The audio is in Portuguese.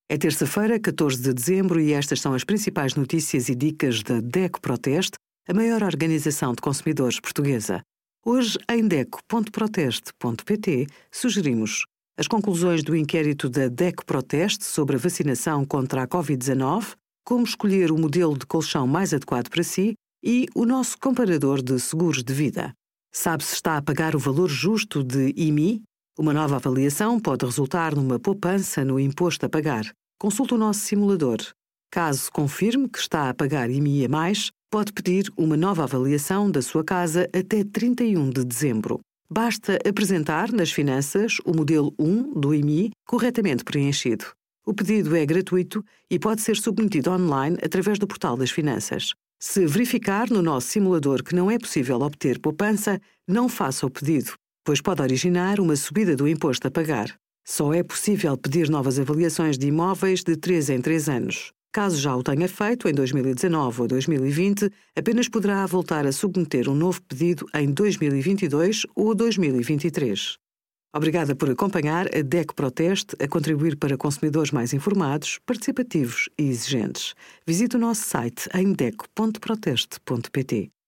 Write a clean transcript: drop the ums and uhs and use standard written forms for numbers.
É terça-feira, 14 de dezembro, e estas são as principais notícias e dicas da DECO Proteste, a maior organização de consumidores portuguesa. Hoje, em DECO.proteste.pt, sugerimos as conclusões do inquérito da DECO Proteste sobre a vacinação contra a Covid-19, como escolher o modelo de colchão mais adequado para si e o nosso comparador de seguros de vida. Sabe se está a pagar o valor justo de IMI? Uma nova avaliação pode resultar numa poupança no imposto a pagar. Consulte o nosso simulador. Caso confirme que está a pagar IMI a mais, pode pedir uma nova avaliação da sua casa até 31 de dezembro. Basta apresentar nas finanças o modelo 1 do IMI corretamente preenchido. O pedido é gratuito e pode ser submetido online através do portal das finanças. Se verificar no nosso simulador que não é possível obter poupança, não faça o pedido, pois pode originar uma subida do imposto a pagar. Só é possível pedir novas avaliações de imóveis de 3 em 3 anos. Caso já o tenha feito em 2019 ou 2020, apenas poderá voltar a submeter um novo pedido em 2022 ou 2023. Obrigada por acompanhar a DECO Proteste a contribuir para consumidores mais informados, participativos e exigentes. Visite o nosso site em deco.proteste.pt.